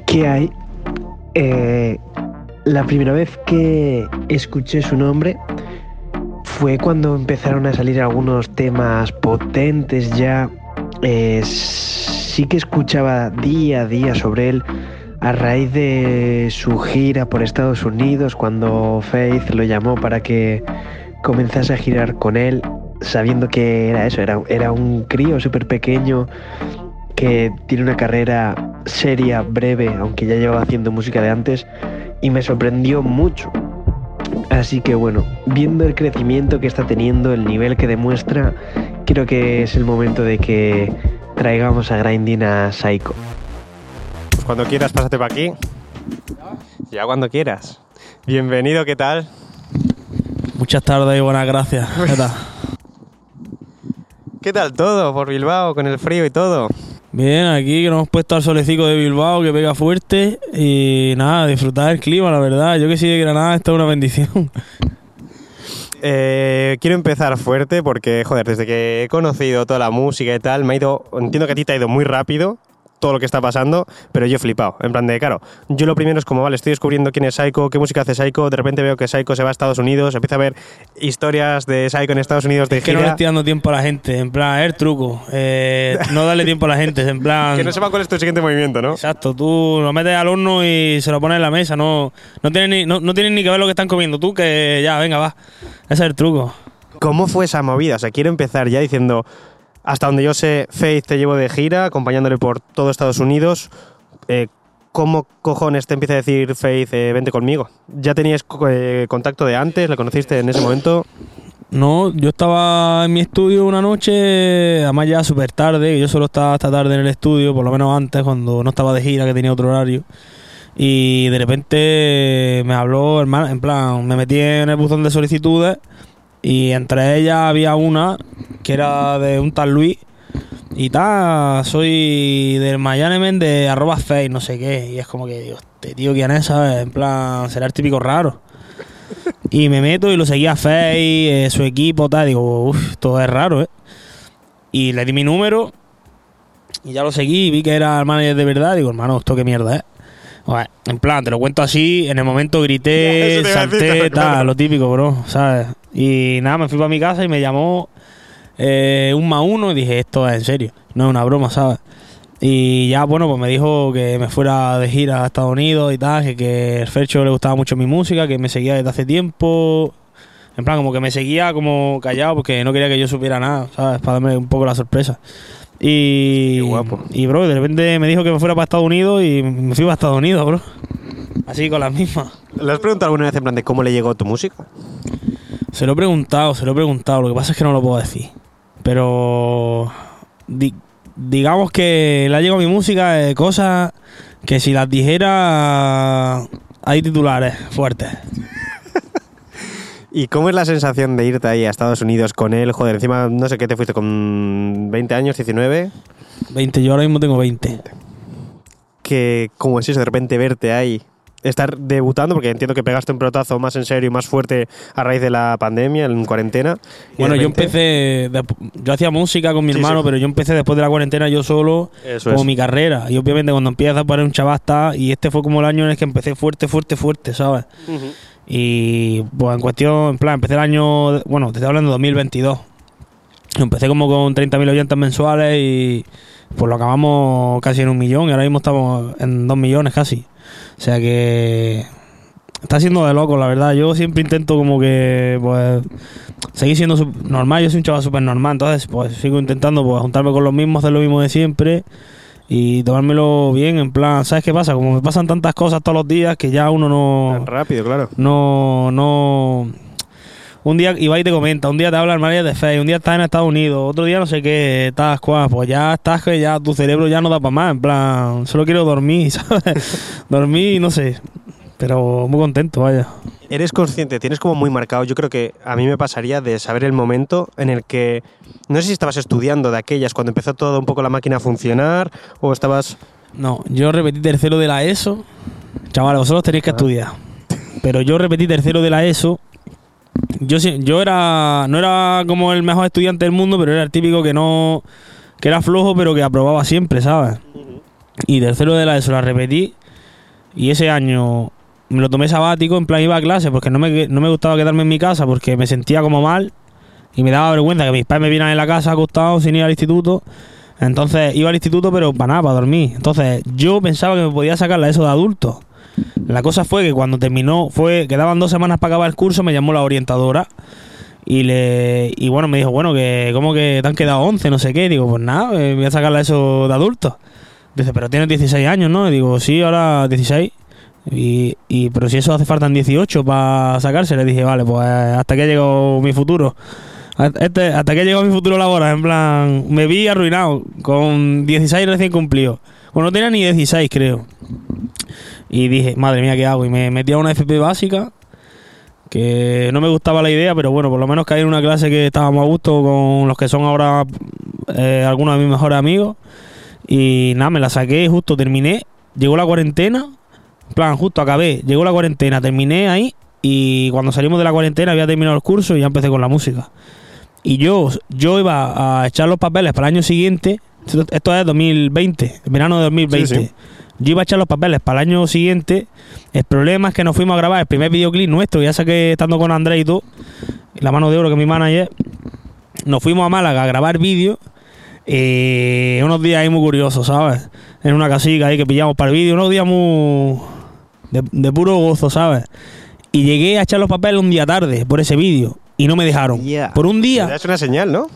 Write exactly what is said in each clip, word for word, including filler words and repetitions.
¿Qué hay? Eh, la primera vez que escuché su nombre fue cuando empezaron a salir algunos temas potentes ya. Eh, sí que escuchaba día a día sobre él a raíz de su gira por Estados Unidos, cuando Faith lo llamó para que comenzase a girar con él, sabiendo que era eso, era, era un crío súper pequeño que tiene una carrera seria, breve, aunque ya llevaba haciendo música de antes, y me sorprendió mucho. Así que bueno, viendo el crecimiento que está teniendo, el nivel que demuestra, creo que es el momento de que traigamos a Grinding a Saiko. Cuando quieras, pásate para aquí. Ya cuando quieras. Bienvenido, ¿qué tal? Muchas tardes y buenas gracias. ¿Qué tal? ¿Qué tal todo por Bilbao, con el frío y todo? Bien, aquí que nos hemos puesto al solecito de Bilbao, que pega fuerte. Y nada, disfrutar del clima, la verdad. Yo que soy de Granada, esto es una bendición. Eh, quiero empezar fuerte porque, joder, desde que he conocido toda la música y tal, me ha ido... Entiendo que a ti te ha ido muy rápido todo lo que está pasando, pero yo he flipado. En plan de, claro, yo lo primero es como, vale, estoy descubriendo quién es Saiko, qué música hace Saiko, de repente veo que Saiko se va a Estados Unidos, empieza a ver historias de Saiko en Estados Unidos de es que gira. no le estoy dando tiempo a la gente, en plan, es el truco. Eh, no darle tiempo a la gente, en plan... Que no sepa cuál es tu siguiente movimiento, ¿no? Exacto, tú lo metes al horno y se lo pones en la mesa, no, no, tienes ni, no, no tienes ni que ver lo que están comiendo, tú que ya, venga, va. Ese es el truco. ¿Cómo fue esa movida? O sea, quiero empezar ya diciendo... Hasta donde yo sé, Faith te llevo de gira, acompañándole por todo Estados Unidos. Eh, ¿Cómo cojones te empieza a decir Faith, eh, vente conmigo? ¿Ya tenías eh, contacto de antes? ¿Le conociste en ese momento? No, yo estaba en mi estudio una noche, además ya súper tarde, yo solo estaba hasta tarde en el estudio, por lo menos antes, cuando no estaba de gira, que tenía otro horario. Y de repente me habló, hermano, en plan, me metí en el buzón de solicitudes. Y entre ellas había una que era de un tal Luis y tal, soy del Miami de arroba Faith, no sé qué. Y es como que digo, este tío, ¿quién es? ¿Sabes? En plan, será el típico raro. Y me meto y lo seguía a Faith, eh, su equipo, tal. Digo, uff, todo es raro, ¿eh? Y le di mi número y ya lo seguí y vi que era el manager de verdad. Digo, hermano, esto qué mierda, ¿eh? Bueno, en plan, te lo cuento así, en el momento grité, salté, tal, lo típico, bro, ¿sabes? Y nada, me fui para mi casa y me llamó eh, un más uno y dije, esto es en serio, no es una broma, ¿sabes? Y ya, bueno, pues me dijo que me fuera de gira a Estados Unidos y tal, que, que el Fercho le gustaba mucho mi música, que me seguía desde hace tiempo, en plan, como que me seguía como callado porque no quería que yo supiera nada, ¿sabes? Para darme un poco la sorpresa. Y, Qué guapo. Y, bro, de repente me dijo que me fuera para Estados Unidos y me fui para Estados Unidos, bro. Así, con las mismas. ¿Le has preguntado alguna vez en plan de cómo le llegó tu música? Se lo he preguntado, se lo he preguntado. Lo que pasa es que no lo puedo decir. Pero... Di, digamos que le ha llegado mi música de cosas que si las dijera hay titulares fuertes. ¿Y cómo es la sensación de irte ahí a Estados Unidos con él? Joder, encima, no sé qué te fuiste, con veinte años, diecinueve. veinte, yo ahora mismo tengo veinte. Que, ¿cómo es eso de repente verte ahí? Estar debutando, porque entiendo que pegaste un pelotazo más en serio y más fuerte a raíz de la pandemia, en cuarentena. Bueno, de repente... yo empecé, de, yo hacía música con mi sí, hermano, sí. pero yo empecé después de la cuarentena yo solo, Eso como es. mi carrera. Y obviamente cuando empiezas para un chavasta, y este fue como el año en el que empecé fuerte, fuerte, fuerte, ¿sabes? Uh-huh. Y pues en cuestión, en plan, empecé el año, bueno, te estoy hablando de dos mil veintidós. Empecé como con treinta mil oyentes mensuales y pues lo acabamos casi en un millón y ahora mismo estamos en dos millones casi. O sea que está siendo de loco, la verdad. Yo siempre intento como que pues seguir siendo normal. Yo soy un chaval súper normal, entonces pues sigo intentando pues juntarme con los mismos, hacer lo mismo de siempre y tomármelo bien, en plan, ¿sabes qué pasa? Como me pasan tantas cosas todos los días que ya uno no... Tan rápido, claro. No, no... Un día Ibai te comenta, un día te habla el manager de Faith, un día estás en Estados Unidos, otro día no sé qué, estás, cuál, pues ya estás que ya tu cerebro ya no da para más, en plan, solo quiero dormir, ¿sabes? Dormir, no sé, pero muy contento, vaya. Eres consciente, tienes como muy marcado, yo creo que a mí me pasaría de saber el momento en el que, no sé si estabas estudiando de aquellas cuando empezó todo un poco la máquina a funcionar o estabas... No, yo repetí tercero de la ESO, chavales, vosotros tenéis que estudiar, pero yo repetí tercero de la ESO. Yo, yo era no era como el mejor estudiante del mundo, pero era el típico que no que era flojo, pero que aprobaba siempre, ¿sabes? Uh-huh. Y tercero de la ESO la repetí Y ese año me lo tomé sabático, en plan iba a clase, porque no me, no me gustaba quedarme en mi casa, porque me sentía como mal y me daba vergüenza que mis padres me vieran en la casa acostados sin ir al instituto. Entonces iba al instituto, pero para nada, para dormir. Entonces yo pensaba que me podía sacar la ESO de adulto. La cosa fue que cuando terminó, fue quedaban dos semanas para acabar el curso, me llamó la orientadora y le y bueno, me dijo, bueno, que ¿cómo que te han quedado once? No sé qué. Digo, pues nada, me voy a sacar la ESO de adulto. Dice, pero tienes dieciséis años, ¿no? Y digo, sí, ahora dieciséis. Y, y pero si eso hace falta dieciocho para sacarse. Le dije, vale, pues hasta que ha llegado mi futuro. Este, hasta que ha llegado mi futuro laboral. En plan, me vi arruinado con dieciséis recién cumplidos. Bueno, no tenía ni dieciséis, creo. Y dije, madre mía, ¿qué hago? Y me metí a una F P básica, que no me gustaba la idea, pero bueno, por lo menos caí en una clase que estábamos a gusto con los que son ahora eh, algunos de mis mejores amigos. Y nada, me la saqué, justo terminé. Llegó la cuarentena, en plan, justo acabé. Llegó la cuarentena, terminé ahí. Y cuando salimos de la cuarentena había terminado el curso y ya empecé con la música. Y yo, yo iba a echar los papeles para el año siguiente. Esto es dos mil veinte, verano de dos mil veinte. Sí, sí. Yo iba a echar los papeles para el año siguiente. El problema es que nos fuimos a grabar el primer videoclip nuestro. Ya saqué estando con Andrés y tú, la mano de oro que es mi manager. Nos fuimos a Málaga a grabar vídeo. Eh, unos días ahí muy curiosos, ¿sabes? En una casica ahí que pillamos para el vídeo. Unos días muy... De, de puro gozo, ¿sabes? Y llegué a echar los papeles un día tarde por ese vídeo. Y no me dejaron. Yeah. Por un día... Es una señal, ¿no?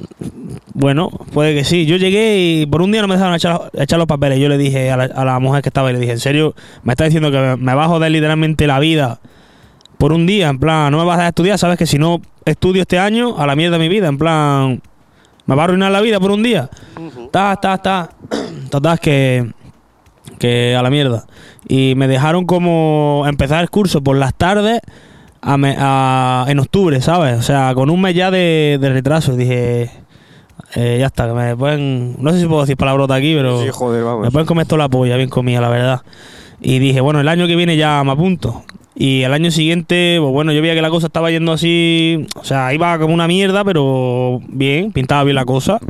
Bueno, puede que sí. Yo llegué y por un día no me dejaron echar, echar los papeles. Yo le dije a la, a la mujer que estaba y le dije, en serio, me está diciendo que me va a joder literalmente la vida por un día. En plan, no me vas a dejar estudiar. Sabes que si no estudio este año, a la mierda mi vida. En plan, me va a arruinar la vida por un día. Ta, ta, ta. Total, que, que a la mierda. Y me dejaron como empezar el curso por las tardes a me, a, en octubre, ¿sabes? O sea, con un mes ya de, de retraso. Y dije... Eh, ya está, que me pueden... No sé si puedo decir palabrota aquí, pero... Sí, joder, vamos. Me pueden comer toda la polla, bien comida, la verdad. Y dije, bueno, el año que viene ya me apunto. Y el año siguiente, pues bueno, yo veía que la cosa estaba yendo así... O sea, iba como una mierda, pero bien, pintaba bien la cosa.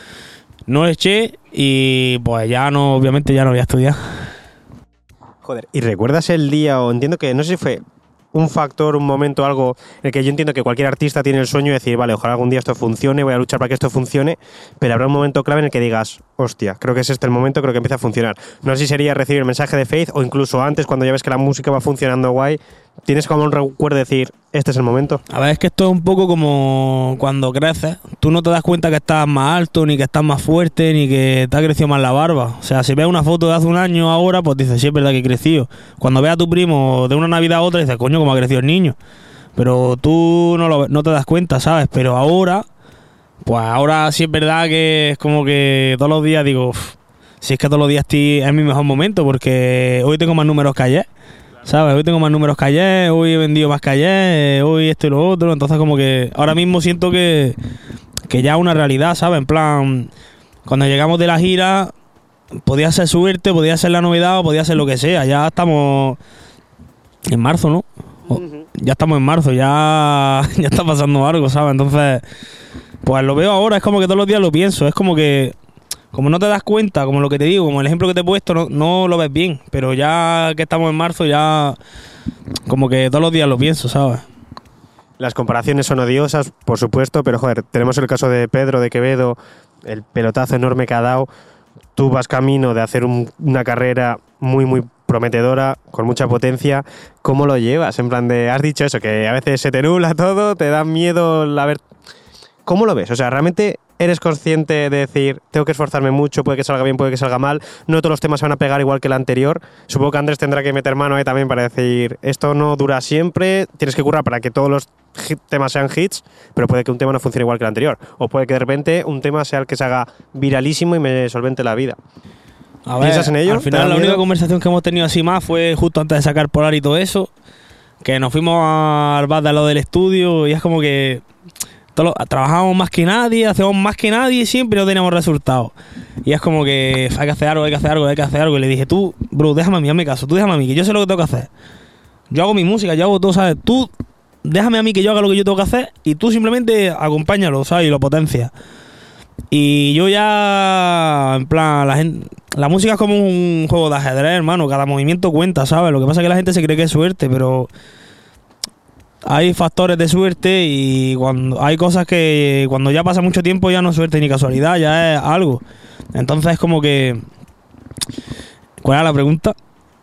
No eché y pues ya no, obviamente ya no voy a estudiar. Joder, ¿y recuerdas el día o entiendo que, no sé si fue... un factor, un momento, algo en el que yo entiendo que cualquier artista tiene el sueño de decir, vale, ojalá algún día esto funcione, voy a luchar para que esto funcione, pero habrá un momento clave en el que digas, hostia, creo que es este el momento, creo que empieza a funcionar. No sé si sería recibir el mensaje de Faith o incluso antes, cuando ya ves que la música va funcionando guay, tienes como un recuerdo de decir, este es el momento. A ver, es que esto es un poco como cuando creces, tú no te das cuenta que estás más alto, ni que estás más fuerte, ni que te ha crecido más la barba. O sea, si ves una foto de hace un año ahora, pues dices, sí, es verdad que he crecido. Cuando ves a tu primo de una Navidad a otra, dices, coño, cómo ha crecido el niño. Pero tú no, lo, no te das cuenta, ¿sabes? Pero ahora, pues ahora sí es verdad que es como que todos los días digo, uff, si es que todos los días estoy, es mi mejor momento, porque hoy tengo más números que ayer. ¿Sabes? Hoy tengo más números que ayer, hoy he vendido más que ayer, hoy esto y lo otro. Entonces como que ahora mismo siento que, que ya es una realidad, ¿sabes? En plan, cuando llegamos de la gira, podía ser suerte, podía ser la novedad o podía ser lo que sea. Ya estamos en marzo, ¿no? O, ya estamos en marzo, ya, ya está pasando algo, ¿sabes? Entonces, pues lo veo ahora, es como que todos los días lo pienso. Es como que... Como no te das cuenta, como lo que te digo, como el ejemplo que te he puesto, no, no lo ves bien. Pero ya que estamos en marzo, ya como que todos los días lo pienso, ¿sabes? Las comparaciones son odiosas, por supuesto, pero joder, tenemos el caso de Pedro, de Quevedo, el pelotazo enorme que ha dado. Tú vas camino de hacer un, una carrera muy, muy prometedora, con mucha potencia. ¿Cómo lo llevas? En plan de, has dicho eso, que a veces se te nubla todo, te da miedo la ver... ¿Cómo lo ves? O sea, ¿realmente eres consciente de decir, tengo que esforzarme mucho, puede que salga bien, puede que salga mal, no todos los temas se van a pegar igual que el anterior? Supongo que Andrés tendrá que meter mano ahí también para decir, esto no dura siempre, tienes que currar para que todos los hit, temas sean hits, pero puede que un tema no funcione igual que el anterior. O puede que de repente un tema sea el que se haga viralísimo y me solvente la vida. A ver, ¿piensas en ello? Al final la única conversación que hemos tenido así más fue justo antes de sacar Polar y todo eso, que nos fuimos al bar de lo del estudio y es como que... Todos, trabajamos más que nadie, hacemos más que nadie y siempre no tenemos resultados. Y es como que hay que hacer algo, hay que hacer algo, hay que hacer algo. Y le dije, tú, bro, déjame a mí, hazme caso, tú déjame a mí, que yo sé lo que tengo que hacer. Yo hago mi música, yo hago todo, ¿sabes? Tú déjame a mí que yo haga lo que yo tengo que hacer y tú simplemente acompáñalo, ¿sabes? Y lo potencia. Y yo ya, en plan, la gente, la música es como un juego de ajedrez, hermano. Cada movimiento cuenta, ¿sabes? Lo que pasa es que la gente se cree que es suerte, pero hay factores de suerte y cuando hay cosas que cuando ya pasa mucho tiempo ya no es suerte ni casualidad, ya es algo. Entonces es como que... ¿Cuál era la pregunta?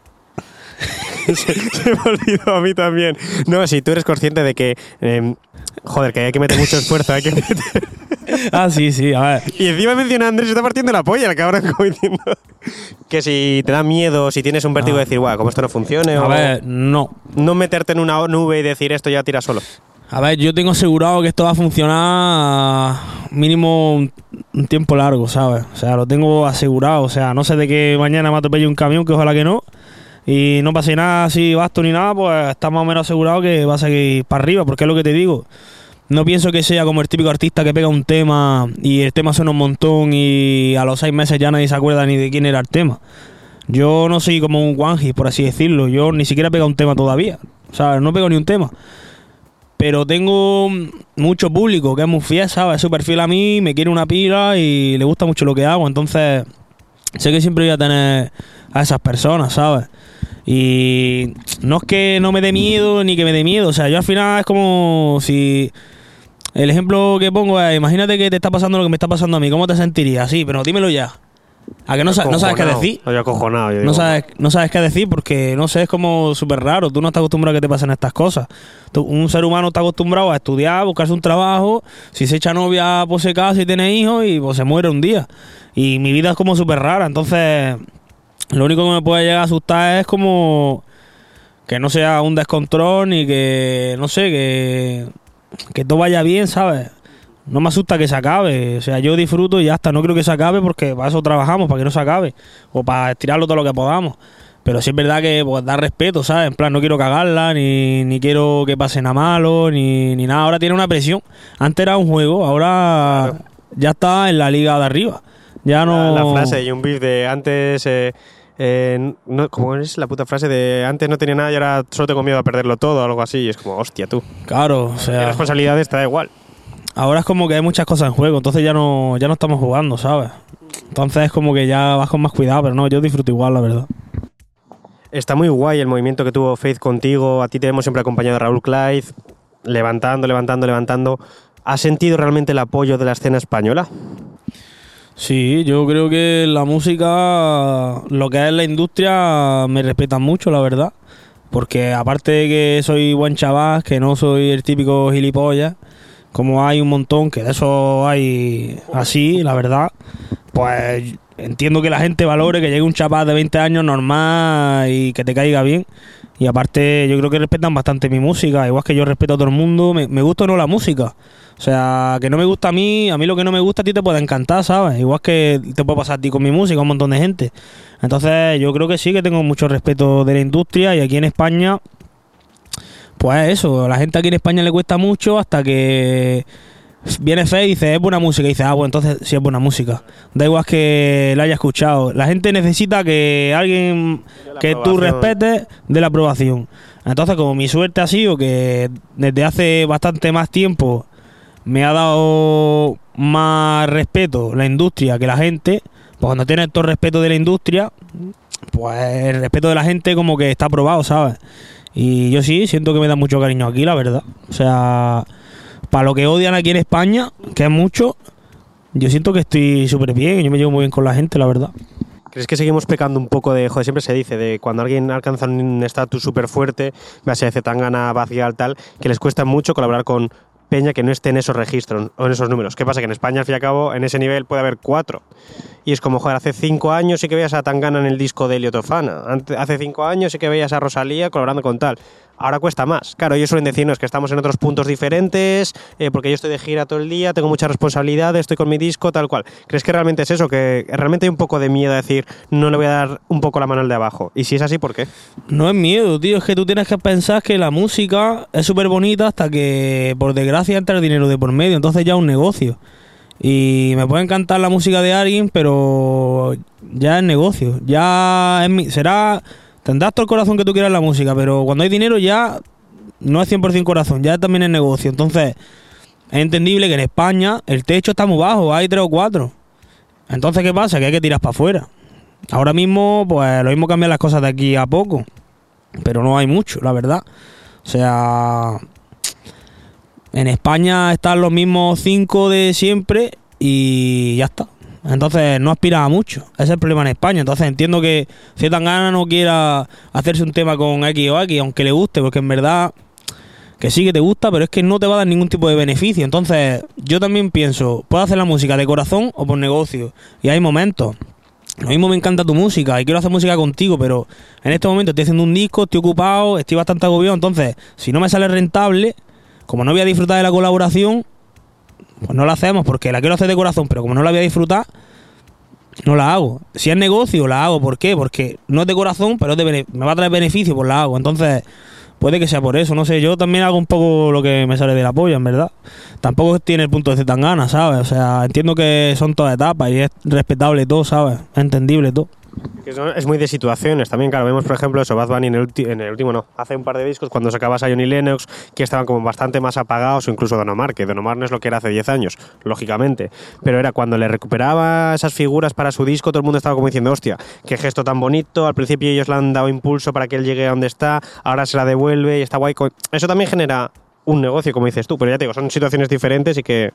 se, se me olvidó a mí también. No, si tú eres consciente de que... Eh, joder, que hay que meter mucho esfuerzo, hay que meter... Ah, sí, sí, a ver. Y encima menciona a Andrés, se está partiendo la polla, el cabrón, como diciendo que si te da miedo, si tienes un vértigo de decir, guau, como esto no funcione, A o ver, no. no meterte en una nube y decir esto ya tira solo. A ver, yo tengo asegurado que esto va a funcionar mínimo un, un tiempo largo, ¿sabes? O sea, lo tengo asegurado. O sea, no sé de que mañana me atropelle un camión, que ojalá que no, y no pase nada así basto ni nada, pues está más o menos asegurado que va a seguir para arriba, porque es lo que te digo. No pienso que sea como el típico artista que pega un tema y el tema suena un montón y a los seis meses ya nadie se acuerda ni de quién era el tema. Yo no soy como un one hit, por así decirlo. Yo ni siquiera he pegado un tema todavía. O sea, no pego ni un tema. Pero tengo mucho público que es muy fiel, ¿sabes? Es súper fiel a mí, me quiere una pila y le gusta mucho lo que hago. Entonces, sé que siempre voy a tener a esas personas, ¿sabes? Y no es que no me dé miedo ni que me dé miedo. O sea, yo al final es como si... El ejemplo que pongo es, imagínate que te está pasando lo que me está pasando a mí, ¿cómo te sentirías? Sí, pero dímelo ya. ¿A que no, sa no sabes qué decir? Estoy acojonado, yo digo. No sabes, no sabes qué decir porque, no sé, es como súper raro. Tú no estás acostumbrado a que te pasen estas cosas. Tú, un ser humano está acostumbrado a estudiar, a buscarse un trabajo. Si se echa novia, pues se casa y tiene hijos y pues se muere un día. Y mi vida es como súper rara. Entonces, lo único que me puede llegar a asustar es como que no sea un descontrol ni que, no sé, que... que todo vaya bien, ¿sabes? No me asusta que se acabe. O sea, yo disfruto y ya está. No creo que se acabe porque para eso trabajamos, para que no se acabe. O para estirarlo todo lo que podamos. Pero sí es verdad que pues, da respeto, ¿sabes? En plan, no quiero cagarla, ni, ni quiero que pase nada malo, ni, ni nada. Ahora tiene una presión. Antes era un juego, ahora claro. Ya está en la liga de arriba. Ya no... La, la frase y un beef de antes... Eh... Eh, no, ¿cómo es la puta frase de antes no tenía nada y ahora solo tengo miedo a perderlo todo o algo así? Y es como, hostia, tú. Claro, o sea... La responsabilidad te da igual. Ahora es como que hay muchas cosas en juego, entonces ya no, ya no estamos jugando, ¿sabes? Entonces es como que ya vas con más cuidado, pero no, yo disfruto igual, la verdad. Está muy guay el movimiento que tuvo Faith contigo. A ti te hemos siempre acompañado a Raúl Clyde, levantando, levantando, levantando. ¿Has sentido realmente el apoyo de la escena española? Sí, yo creo que la música, lo que es la industria, me respetan mucho, la verdad. Porque aparte de que soy buen chaval, que no soy el típico gilipollas, como hay un montón, que de eso hay así, la verdad, pues entiendo que la gente valore que llegue un chaval de veinte años normal y que te caiga bien. Y aparte yo creo que respetan bastante mi música, igual que yo respeto a todo el mundo, me, me gusta o no la música. O sea, que no me gusta a mí, a mí lo que no me gusta a ti te puede encantar, ¿sabes? Igual que te puede pasar a ti con mi música, un montón de gente. Entonces yo creo que sí, que tengo mucho respeto de la industria y aquí en España, pues eso, a la gente aquí en España le cuesta mucho hasta que viene Fe y dice, es buena música, y dice, ah, bueno, entonces sí es buena música. Da igual que la haya escuchado. La gente necesita que alguien que tú respetes dé la aprobación. Entonces, como mi suerte ha sido que desde hace bastante más tiempo me ha dado más respeto la industria que la gente, pues cuando tienes todo el respeto de la industria, pues el respeto de la gente como que está aprobado, ¿sabes? Y yo sí, siento que me da mucho cariño aquí, la verdad. O sea, para lo que odian aquí en España, que es mucho, yo siento que estoy súper bien, yo me llevo muy bien con la gente, la verdad. ¿Crees que seguimos pecando un poco de, joder, siempre se dice, de cuando alguien alcanza un estatus súper fuerte, veas a Zetangana, Bazzial, tal, que les cuesta mucho colaborar con peña que no esté en esos registros o en esos números? ¿Qué pasa? Que en España, al fin y al cabo, en ese nivel puede haber cuatro. Y es como, joder, hace cinco años sí que veías a Tangana en el disco de Elio Tofana. Hace cinco años sí que veías a Rosalía colaborando con tal. Ahora cuesta más. Claro, ellos suelen decirnos que estamos en otros puntos diferentes, eh, porque yo estoy de gira todo el día, tengo muchas responsabilidades, estoy con mi disco, tal cual. ¿Crees que realmente es eso? Que realmente hay un poco de miedo a decir, no le voy a dar un poco la mano al de abajo. Y si es así, ¿por qué? No es miedo, tío. Es que tú tienes que pensar que la música es súper bonita hasta que, por desgracia, entra el dinero de por medio. Entonces ya es un negocio. Y me puede encantar la música de alguien, pero ya es negocio. Ya es mi, será... Tendrás todo el corazón que tú quieras en la música, pero cuando hay dinero ya no es cien por ciento corazón, ya también es negocio. Entonces, es entendible que en España el techo está muy bajo, hay tres o cuatro. Entonces, ¿qué pasa? Que hay que tirar para afuera. Ahora mismo, pues lo mismo cambian las cosas de aquí a poco, pero no hay mucho, la verdad. O sea, en España están los mismos cinco de siempre y ya está. Entonces no aspira a mucho. Ese es el problema en España. Entonces entiendo que Z Tangana no quiera hacerse un tema con X o X, aunque le guste, porque en verdad que sí que te gusta, pero es que no te va a dar ningún tipo de beneficio. Entonces yo también pienso, puedo hacer la música de corazón o por negocio. Y hay momentos. Lo mismo me encanta tu música y quiero hacer música contigo, pero en este momento estoy haciendo un disco, estoy ocupado, estoy bastante agobiado. Entonces, si no me sale rentable, como no voy a disfrutar de la colaboración, pues no la hacemos, porque la quiero hacer de corazón, pero como no la voy a disfrutar, no la hago. Si es negocio, la hago. ¿Por qué? Porque no es de corazón, pero es de bene- me va a traer beneficio, pues la hago. Entonces, puede que sea por eso, no sé. Yo también hago un poco lo que me sale de la polla, en verdad. Tampoco tiene el punto de Zetangana, ¿sabes? O sea, entiendo que son todas etapas y es respetable todo, ¿sabes? Es entendible todo. Que eso es muy de situaciones también, claro. Vemos, por ejemplo, eso, Bad Bunny en el, ulti- en el último, no, hace un par de discos, cuando sacaba Zion y Lennox, que estaban como bastante más apagados, o incluso Don Omar, que Don Omar no es lo que era hace diez años, lógicamente. Pero era cuando le recuperaba esas figuras para su disco, todo el mundo estaba como diciendo, hostia, qué gesto tan bonito, al principio ellos le han dado impulso para que él llegue a donde está, ahora se la devuelve y está guay. Eso también genera un negocio, como dices tú, pero ya te digo, son situaciones diferentes y que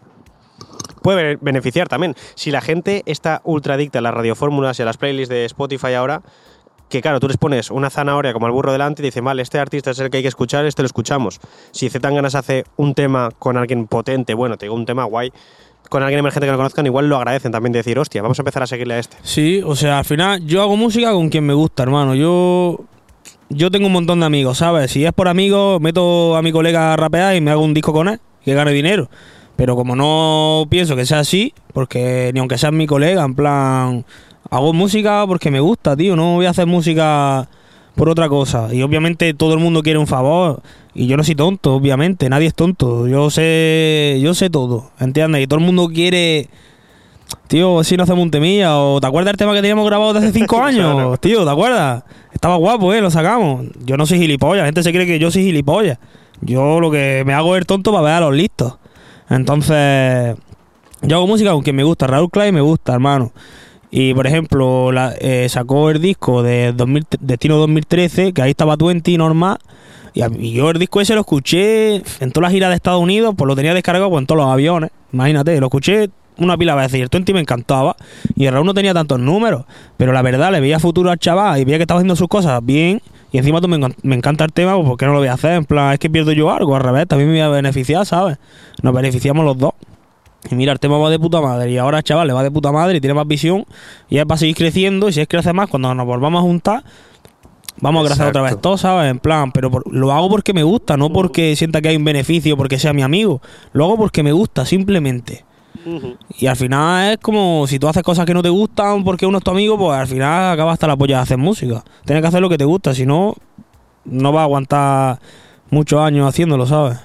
puede beneficiar también. Si la gente está ultra adicta a las radiofórmulas y a las playlists de Spotify ahora, que claro, tú les pones una zanahoria como al burro delante y te dicen, vale, este artista es el que hay que escuchar, este lo escuchamos. Si Zetangana hace un tema con alguien potente, bueno, te digo, un tema guay, con alguien emergente que no conozcan, igual lo agradecen también de decir, hostia, vamos a empezar a seguirle a este. Sí, o sea, al final yo hago música con quien me gusta, hermano. Yo yo tengo un montón de amigos, ¿sabes? Si es por amigos, meto a mi colega a rapear y me hago un disco con él, que gane dinero. Pero como no pienso que sea así, porque ni aunque sea mi colega, en plan, hago música porque me gusta, tío, no voy a hacer música por otra cosa. Y obviamente todo el mundo quiere un favor, y yo no soy tonto, obviamente, nadie es tonto, yo sé yo sé todo, ¿entiendes? Y todo el mundo quiere, tío, si no hacemos un temilla, o ¿te acuerdas del tema que teníamos grabado de hace cinco años? Claro. Tío, ¿te acuerdas? Estaba guapo, eh, lo sacamos. Yo no soy gilipollas, la gente se cree que yo soy gilipollas. Yo lo que me hago es el tonto para ver a los listos. Entonces, yo hago música con quien me gusta. Raúl Clay me gusta, hermano. Y por ejemplo, la, eh, sacó el disco de dos mil, Destino dos mil trece, que ahí estaba veinte normal. Y, a, y yo el disco ese lo escuché en todas las giras de Estados Unidos, pues lo tenía descargado pues, en todos los aviones. Imagínate, lo escuché una pila de veces y el veinte me encantaba. Y el Raúl no tenía tantos números, pero la verdad le veía futuro al chaval y veía que estaba haciendo sus cosas bien. Y encima tú me, me encanta el tema, pues ¿por qué no lo voy a hacer? En plan, es que pierdo yo algo, al revés, también me voy a beneficiar, ¿sabes? Nos beneficiamos los dos. Y mira, el tema va de puta madre. Y ahora el chaval le va de puta madre y tiene más visión. Y es para seguir creciendo. Y si es crece más, cuando nos volvamos a juntar, vamos a crecer otra vez todo, ¿sabes? En plan, pero por, lo hago porque me gusta, no porque sienta que hay un beneficio, porque sea mi amigo. Lo hago porque me gusta, simplemente. Uh-huh. Y al final es como si tú haces cosas que no te gustan porque uno es tu amigo, pues al final acabas hasta la polla de hacer música. Tienes que hacer lo que te gusta, si no, no vas a aguantar muchos años haciéndolo, ¿sabes?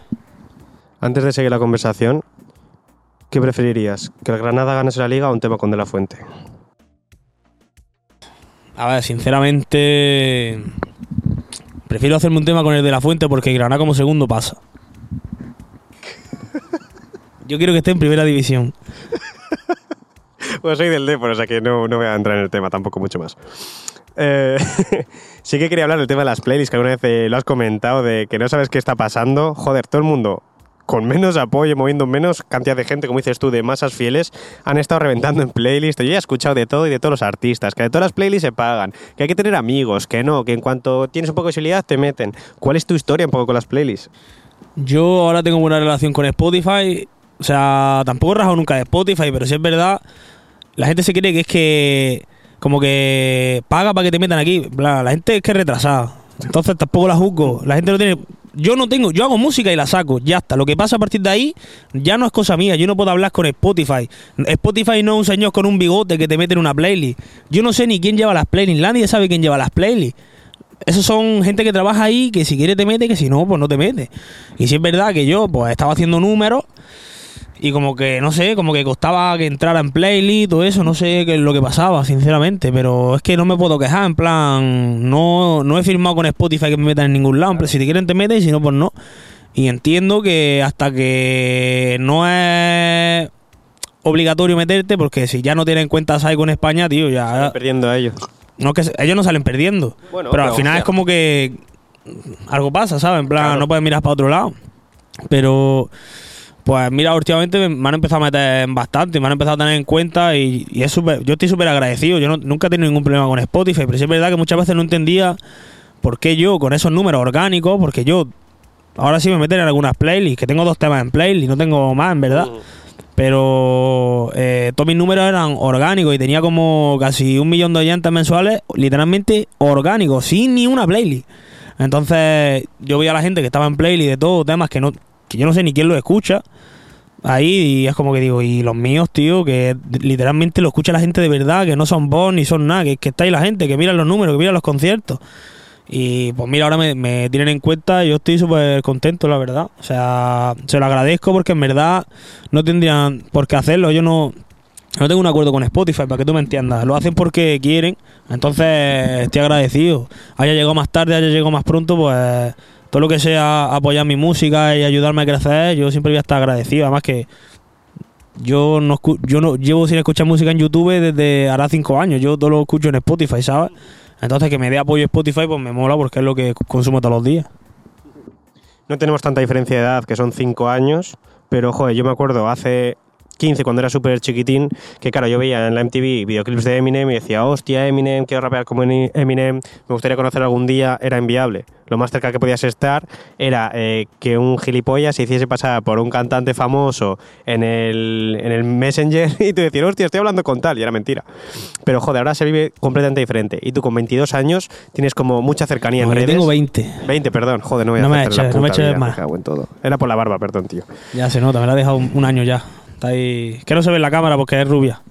Antes de seguir la conversación, ¿qué preferirías? ¿Que el Granada ganase la Liga o un tema con De La Fuente? A ver, sinceramente, prefiero hacerme un tema con el De La Fuente porque Granada como segundo pasa. Yo quiero que esté en primera división. Pues soy del Depor, o sea que no, no voy a entrar en el tema tampoco mucho más. Eh, sí que quería hablar del tema de las playlists, que alguna vez eh, lo has comentado, de que no sabes qué está pasando. Joder, todo el mundo con menos apoyo, moviendo menos cantidad de gente, como dices tú, de masas fieles, han estado reventando en playlists. Yo ya he escuchado de todo y de todos los artistas, que de todas las playlists se pagan, que hay que tener amigos, que no, que en cuanto tienes un poco de visibilidad te meten. ¿Cuál es tu historia un poco con las playlists? Yo ahora tengo buena relación con Spotify. O sea, tampoco he rajado nunca de Spotify, pero si es verdad, la gente se cree que es que como que paga para que te metan aquí. La, la gente es que es retrasada. Entonces tampoco la juzgo. La gente no tiene... Yo no tengo... Yo hago música y la saco. Ya está. Lo que pasa a partir de ahí ya no es cosa mía. Yo no puedo hablar con Spotify. Spotify no es un señor con un bigote que te mete en una playlist. Yo no sé ni quién lleva las playlists. Nadie sabe quién lleva las playlists. Esos son gente que trabaja ahí, que si quiere te mete, que si no, pues no te mete. Y si es verdad que yo pues estaba haciendo números y como que, no sé, como que costaba que entrara en playlist, todo eso, no sé qué es lo que pasaba, sinceramente, pero es que no me puedo quejar, en plan, no, no he firmado con Spotify que me metan en ningún lado, pero si te quieren te meten y si no, pues no. Y entiendo que hasta que no es obligatorio meterte, porque si ya no tienen cuenta Psycho en España, tío, ya... Están perdiendo a ellos. No, que se- ellos no salen perdiendo. Bueno, pero al pero, final hostia. es como que algo pasa, ¿sabes? En plan, Claro. no puedes mirar para otro lado. Pero, pues mira, últimamente me, me han empezado a meter en bastante, me han empezado a tener en cuenta y, y es súper- yo estoy súper agradecido. Yo no- nunca he tenido ningún problema con Spotify, pero sí es verdad que muchas veces no entendía por qué yo, con esos números orgánicos, porque yo ahora sí me meten en algunas playlists, que tengo dos temas en playlist, no tengo más, en verdad. Pero eh, todos mis números eran orgánicos y tenía como casi un millón de oyentes mensuales, literalmente orgánicos, sin ni una playlist. Entonces yo veía a la gente que estaba en playlist de todos temas que no que yo no sé ni quién los escucha ahí, y es como que digo, y los míos, tío, que literalmente lo escucha la gente de verdad, que no son bots ni son nada, que, que está ahí la gente, que mira los números, que mira los conciertos. Y pues mira, ahora me, me tienen en cuenta y yo estoy súper contento, la verdad. O sea, se lo agradezco porque en verdad no tendrían por qué hacerlo. Yo no, no tengo un acuerdo con Spotify, para que tú me entiendas. Lo hacen porque quieren, entonces estoy agradecido. Haya llegado más tarde, haya llegado más pronto, pues todo lo que sea apoyar mi música y ayudarme a crecer, yo siempre voy a estar agradecido. Además que yo no, escu- yo no llevo sin escuchar música en YouTube desde hará cinco años. Yo todo lo escucho en Spotify, ¿sabes? Entonces que me dé apoyo Spotify, pues me mola porque es lo que consumo todos los días. No tenemos tanta diferencia de edad, que son cinco años, pero joder, yo me acuerdo hace quince, cuando era súper chiquitín, que claro, yo veía en la M T V videoclips de Eminem y decía, hostia, Eminem, quiero rapear como Eminem, me gustaría conocer algún día. Era inviable. Lo más cerca que podías estar era eh, que un gilipollas se hiciese pasar por un cantante famoso en el, en el Messenger y tú decías, hostia, estoy hablando con tal, y era mentira. Pero joder, ahora se vive completamente diferente. Y tú con veintidós años tienes como mucha cercanía No, en yo redes. tengo veinte. veinte, perdón, joder, no voy a No me hacerte la eches, no me puta eches vida, más. me cago en todo. Era por la barba, perdón, tío. Ya se nota, me la ha dejado un, un año ya. Está ahí. Que no se ve en la cámara porque es rubia.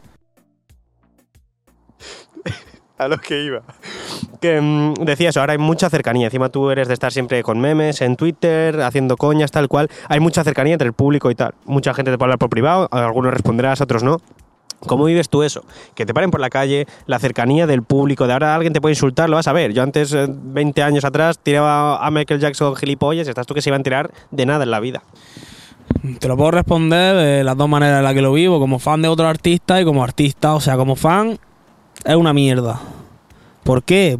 A lo que iba. Que mm, decía eso, ahora hay mucha cercanía. Encima tú eres de estar siempre con memes en Twitter, haciendo coñas, tal cual. Hay mucha cercanía entre el público y tal. Mucha gente te puede hablar por privado, a algunos responderás, a otros no. ¿Cómo vives tú eso? Que te paren por la calle, la cercanía del público, de ahora alguien te puede insultar, lo vas a ver. Yo antes, eh, veinte años atrás, tiraba a Michael Jackson gilipollas y estás tú que se iban a tirar de nada en la vida. Te lo puedo responder de las dos maneras en las que lo vivo, como fan de otro artista y como artista. O sea, como fan es una mierda. ¿Por qué?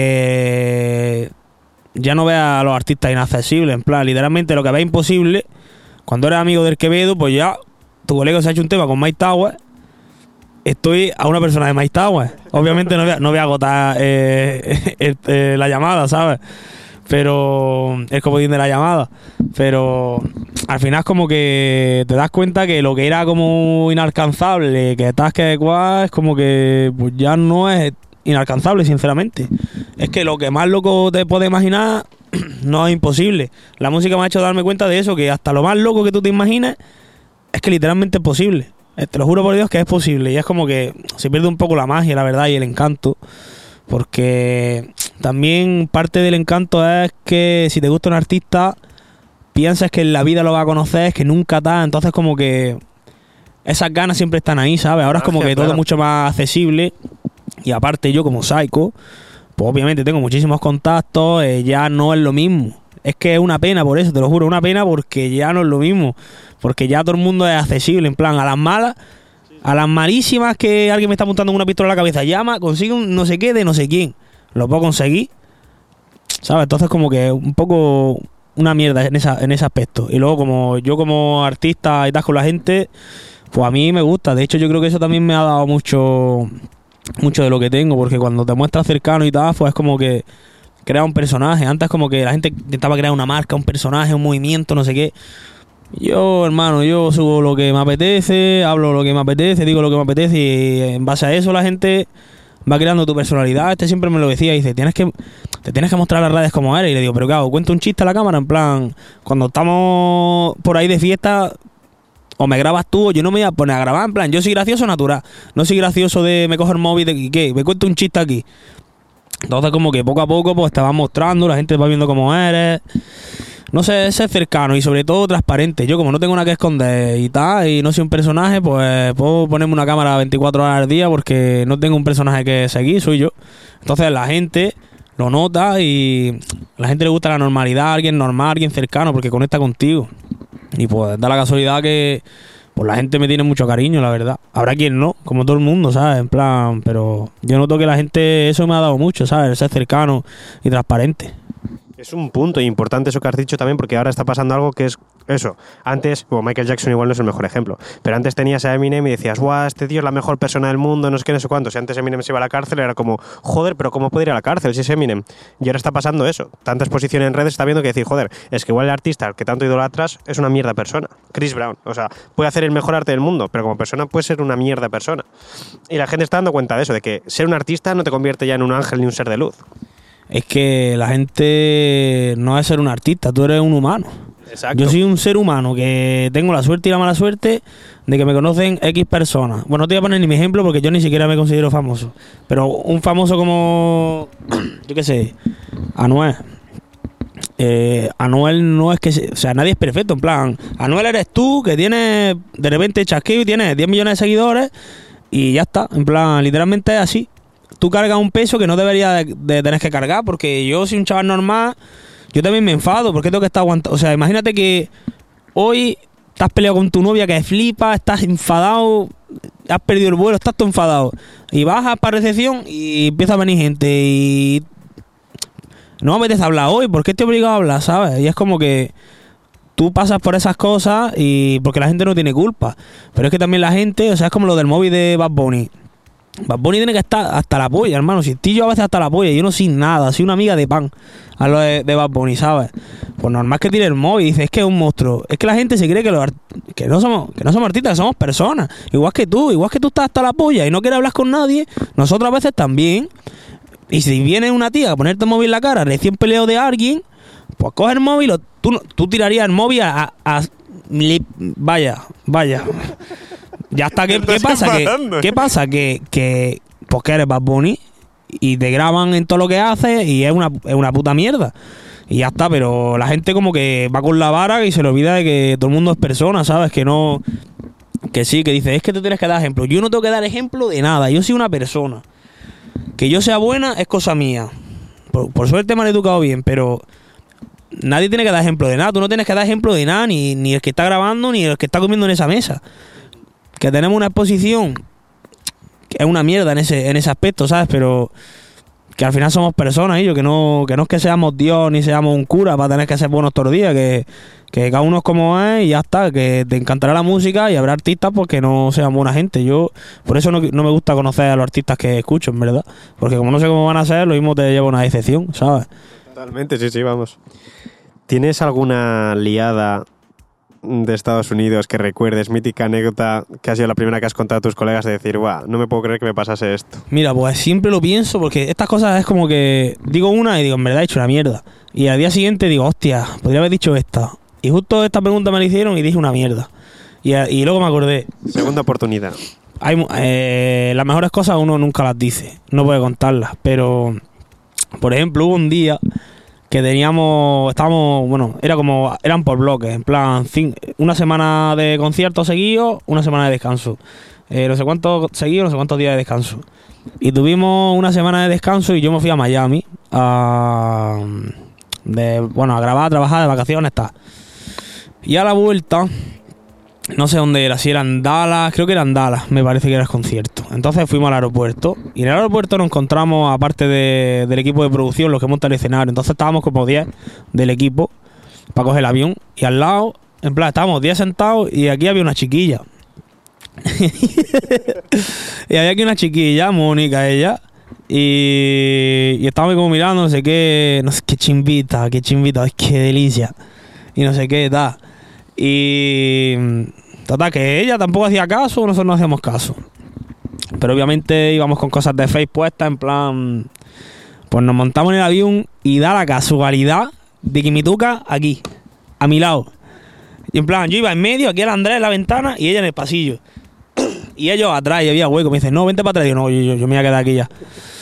Porque ya no veas a los artistas inaccesibles. En plan, literalmente lo que ves imposible, cuando eres amigo del Quevedo, pues ya tu colega se ha hecho un tema con Mike Tower. Estoy a una persona de Mike Tower. Obviamente no voy a, no voy a agotar eh, el- eh, la llamada, ¿sabes? Pero el comodín de la llamada. Pero al final es como que te das cuenta que lo que era como inalcanzable, que estás que cual, es como que pues ya no es inalcanzable, sinceramente. Es que lo que más loco te puedes imaginar no es imposible. La música me ha hecho darme cuenta de eso, que hasta lo más loco que tú te imagines es que literalmente es posible. Eh, Te lo juro por Dios que es posible. Y es como que se pierde un poco la magia, la verdad, y el encanto. Porque también parte del encanto es que si te gusta un artista, piensas que en la vida lo vas a conocer, que nunca está. Entonces como que esas ganas siempre están ahí, ¿sabes? Ahora es como Gracias, que todo claro. es mucho más accesible. Y aparte yo como Psycho, pues obviamente tengo muchísimos contactos, eh, ya no es lo mismo. Es que es una pena por eso, te lo juro, una pena porque ya no es lo mismo. Porque ya todo el mundo es accesible, en plan, a las malas, a las malísimas que alguien me está montando una pistola en la cabeza, llama, consigue un no sé qué de no sé quién. Lo puedo conseguir, ¿sabes? Entonces como que un poco una mierda en, esa, en ese aspecto. Y luego como yo como artista y tal con la gente, pues a mí me gusta. De hecho yo creo que eso también me ha dado mucho, mucho de lo que tengo, porque cuando te muestras cercano y tal, pues es como que crea un personaje. Antes como que la gente intentaba crear una marca, un personaje, un movimiento, no sé qué. Yo, hermano, yo subo lo que me apetece, hablo lo que me apetece, digo lo que me apetece y en base a eso la gente va creando tu personalidad. Este siempre me lo decía, dice, tienes que te tienes que mostrar las redes como eres. Y le digo, pero ¿qué hago? ¿Cuento un chiste a la cámara? En plan, cuando estamos por ahí de fiesta, o me grabas tú o yo no me voy a poner a grabar. En plan, yo soy gracioso natural, no soy gracioso de me cojo el móvil de ¿qué? Me cuento un chiste aquí. Entonces como que poco a poco pues te vas mostrando, la gente va viendo cómo eres. No sé, ser cercano y sobre todo transparente. Yo como no tengo nada que esconder y tal, y no soy un personaje, pues puedo ponerme una cámara veinticuatro horas al día porque no tengo un personaje que seguir, soy yo. Entonces la gente lo nota y a la gente le gusta la normalidad, alguien normal, alguien cercano, porque conecta contigo. Y pues da la casualidad que pues la gente me tiene mucho cariño, la verdad. Habrá quien no, como todo el mundo, ¿sabes? En plan, pero yo noto que la gente, eso me ha dado mucho, ¿sabes? El ser cercano y transparente. Es un punto importante eso que has dicho también, porque ahora está pasando algo que es eso. Antes, bueno, Michael Jackson igual no es el mejor ejemplo, pero antes tenías a Eminem y decías, guau, este tío es la mejor persona del mundo, no sé qué, no sé cuánto. Si antes Eminem se iba a la cárcel, era como, joder, pero ¿cómo puede ir a la cárcel si es Eminem? Y ahora está pasando eso. Tanta exposición en redes está viendo que decir, joder, es que igual el artista que tanto idolatras es una mierda persona. Chris Brown, o sea, puede hacer el mejor arte del mundo, pero como persona puede ser una mierda persona. Y la gente está dando cuenta de eso, de que ser un artista no te convierte ya en un ángel ni un ser de luz. Es que la gente no es ser un artista, tú eres un humano. Exacto. Yo soy un ser humano que tengo la suerte y la mala suerte de que me conocen X personas. Bueno, no te voy a poner ni mi ejemplo porque yo ni siquiera me considero famoso. Pero un famoso como, yo qué sé, Anuel. Eh, Anuel no es que... Se, o sea, nadie es perfecto. En plan, Anuel eres tú que tienes de repente chasqueo y tienes diez millones de seguidores y ya está. En plan, literalmente es así. Tú cargas un peso que no deberías de, de tener que cargar, porque yo soy un chaval normal, yo también me enfado, porque tengo que estar aguantando. O sea, imagínate que hoy estás peleado con tu novia que flipa, estás enfadado, has perdido el vuelo, estás todo enfadado, y bajas para recepción y empieza a venir gente y no me apetece hablar hoy, ¿por qué estoy obligado a hablar, sabes? Y es como que tú pasas por esas cosas y porque la gente no tiene culpa, pero es que también la gente, o sea, es como lo del móvil de Bad Bunny. Bad Bunny tiene que estar hasta la polla, hermano. Si estoy yo a veces hasta la polla, yo no soy nada, soy una amiga de pan a lo de, de Bad Bunny, ¿sabes? Pues normal que tire el móvil y dice, es que es un monstruo. Es que la gente se cree que, los que, no somos, que no somos artistas, que somos personas. Igual que tú, igual que tú estás hasta la polla y no quieres hablar con nadie, nosotros a veces también. Y si viene una tía a ponerte el móvil en la cara, recién peleado de alguien, pues coge el móvil, o tú, tú tirarías el móvil a... a, a vaya, vaya... Ya está, ¿qué, ¿qué pasa? ¿Qué, ¿Qué pasa? Que, que pues que eres Bad Bunny y te graban en todo lo que haces y es una, es una puta mierda. Y ya está, pero la gente como que va con la vara y se le olvida de que todo el mundo es persona, ¿sabes? Que no... Que sí, que dice, es que tú tienes que dar ejemplo. Yo no tengo que dar ejemplo de nada, yo soy una persona. Que yo sea buena es cosa mía. Por, por suerte me han educado bien, pero... Nadie tiene que dar ejemplo de nada. Tú no tienes que dar ejemplo de nada, ni, ni el que está grabando, ni el que está comiendo en esa mesa. Que tenemos una exposición que es una mierda en ese en ese aspecto, ¿sabes? Pero que al final somos personas, ellos, que no que no es que seamos Dios ni seamos un cura para tener que ser buenos todos los días, que, que cada uno es como es y ya está, que te encantará la música y habrá artistas porque no sean buena gente. Yo por eso no, no me gusta conocer a los artistas que escucho, en verdad, porque como no sé cómo van a ser, lo mismo te lleva una decepción, ¿sabes? Totalmente, sí, sí, vamos. ¿Tienes alguna liada de Estados Unidos que recuerdes, mítica anécdota que ha sido la primera que has contado a tus colegas de decir, guau, no me puedo creer que me pasase esto? Mira, pues siempre lo pienso porque estas cosas es como que digo una y digo, en verdad he hecho una mierda. Y al día siguiente digo, hostia, podría haber dicho esta. Y justo esta pregunta me la hicieron y dije una mierda. Y, y luego me acordé. Segunda oportunidad. Hay, eh, las mejores cosas uno nunca las dice, no puede contarlas. Pero, por ejemplo, hubo un día que teníamos, estábamos, bueno, era como, eran por bloques, en plan, cinco, una semana de conciertos seguidos, una semana de descanso. Eh, no sé cuántos seguidos, no sé cuántos días de descanso. Y tuvimos una semana de descanso y yo me fui a Miami a, de, bueno, a grabar, a trabajar, de vacaciones, tal. Y a la vuelta, no sé dónde era, si era en Dallas, creo que era en Dallas, me parece que era el concierto. Entonces fuimos al aeropuerto y en el aeropuerto nos encontramos, aparte de, del equipo de producción, los que montan el escenario. Entonces estábamos como diez del equipo para coger el avión y al lado, en plan, estábamos diez sentados y aquí había una chiquilla. Y había aquí una chiquilla, Mónica, ella, y, y estábamos como mirando, no sé qué, no sé qué chimbita, qué chimbita, es que delicia, y no sé qué, tal. Y total, que ella tampoco hacía caso, nosotros no hacíamos caso. Pero obviamente íbamos con cosas de face puestas, en plan, pues nos montamos en el avión y da la casualidad de que me toca aquí, a mi lado. Y en plan, yo iba en medio, aquí era Andrés en la ventana y ella en el pasillo. Y ellos atrás, y había hueco. Me dicen, no, vente para atrás. Y yo, no, yo, yo, yo me voy a quedar aquí ya.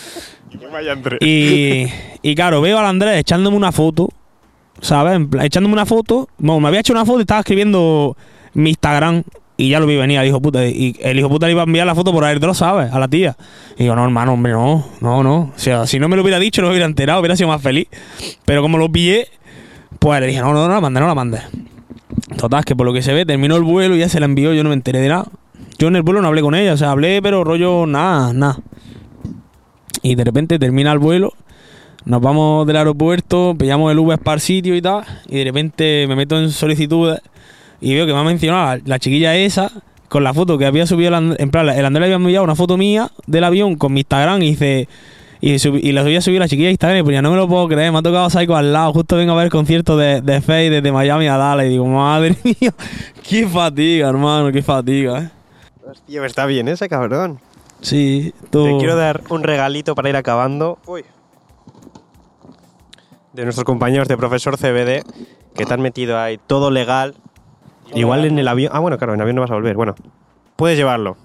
Y, y claro, veo al Andrés echándome una foto, ¿sabes? En plan, echándome una foto. Bueno, me había hecho una foto y estaba escribiendo mi Instagram. Y ya lo vi venir al hijo puta. Y el hijo puta le iba a enviar la foto por AirDrop, ¿sabes? A la tía. Y digo, no, hermano, hombre, no, no, no. O sea, si no me lo hubiera dicho, no me hubiera enterado, hubiera sido más feliz. Pero como lo pillé, pues le dije, no, no, no la mandes, no la mandes. Total, que por lo que se ve, terminó el vuelo y ya se la envió, yo no me enteré de nada. Yo en el vuelo no hablé con ella, o sea, hablé, pero rollo nada, nada. Y de repente termina el vuelo, nos vamos del aeropuerto, pillamos el Uber para el sitio y tal, y de repente me meto en solicitudes y veo que me ha mencionado la, la chiquilla esa, con la foto que había subido, el And- en plan, el Andrés le había enviado una foto mía del avión con mi Instagram y dice... Y, sub, y la había subido la chiquilla a Instagram y ponía, no me lo puedo creer, me ha tocado Psycho al lado, justo vengo a ver el concierto de, de Faye desde Miami a Dallas. Y digo, madre mía, qué fatiga, hermano, qué fatiga, eh. Hostia, me está bien ese cabrón. Sí, tú... Te quiero dar un regalito para ir acabando. Uy. De nuestros compañeros de Profesor C B D, que te han metido ahí todo legal. Igual en el avión... Ah, bueno, claro, en el avión no vas a volver. Bueno, puedes llevarlo.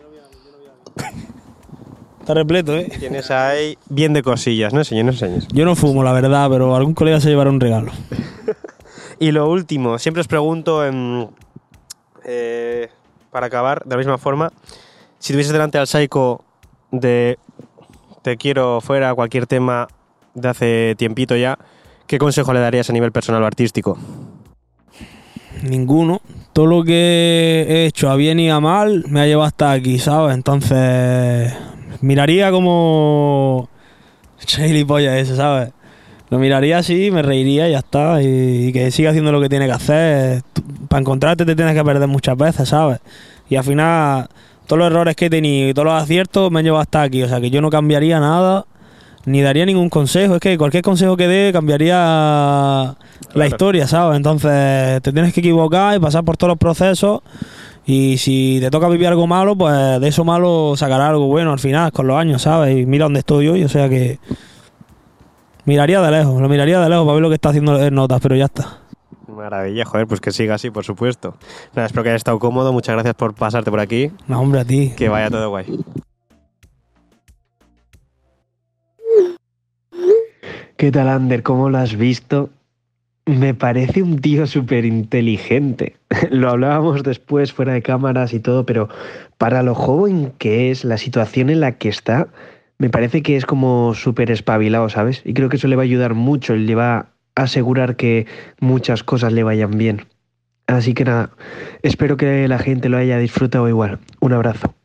Está repleto, ¿eh? Tienes ahí bien de cosillas, no enseñes, no enseñes. Yo no fumo, la verdad, pero algún colega se llevará un regalo. Y lo último, siempre os pregunto, en, eh, para acabar, de la misma forma, si tuvieses delante al Psycho de te quiero fuera, cualquier tema de hace tiempito ya, ¿qué consejo le darías a nivel personal o artístico? Ninguno. Todo lo que he hecho a bien y a mal me ha llevado hasta aquí, ¿sabes? Entonces... miraría como... gilipollas ese, ¿sabes? Lo miraría así, me reiría y ya está. Y, y que siga haciendo lo que tiene que hacer. Para encontrarte te tienes que perder muchas veces, ¿sabes? Y al final, todos los errores que he tenido y todos los aciertos me han llevado hasta aquí. O sea, que yo no cambiaría nada, ni daría ningún consejo. Es que cualquier consejo que dé cambiaría la Claro. historia, ¿sabes? Entonces, te tienes que equivocar y pasar por todos los procesos. Y si te toca vivir algo malo, pues de eso malo sacará algo bueno al final, con los años, ¿sabes? Y mira dónde estoy hoy, o sea que... miraría de lejos, lo miraría de lejos para ver lo que está haciendo en notas, pero ya está. Maravilla, joder, pues que siga así, por supuesto. Nada, espero que hayas estado cómodo, muchas gracias por pasarte por aquí, No, hombre, a ti. que vaya todo guay. ¿Qué tal, Ander? ¿Cómo lo has visto? Me parece un tío súper inteligente. Lo hablábamos después fuera de cámaras y todo, pero para lo joven que es, la situación en la que está, me parece que es como súper espabilado, ¿sabes? Y creo que eso le va a ayudar mucho, le va a asegurar que muchas cosas le vayan bien. Así que nada, espero que la gente lo haya disfrutado igual. Un abrazo.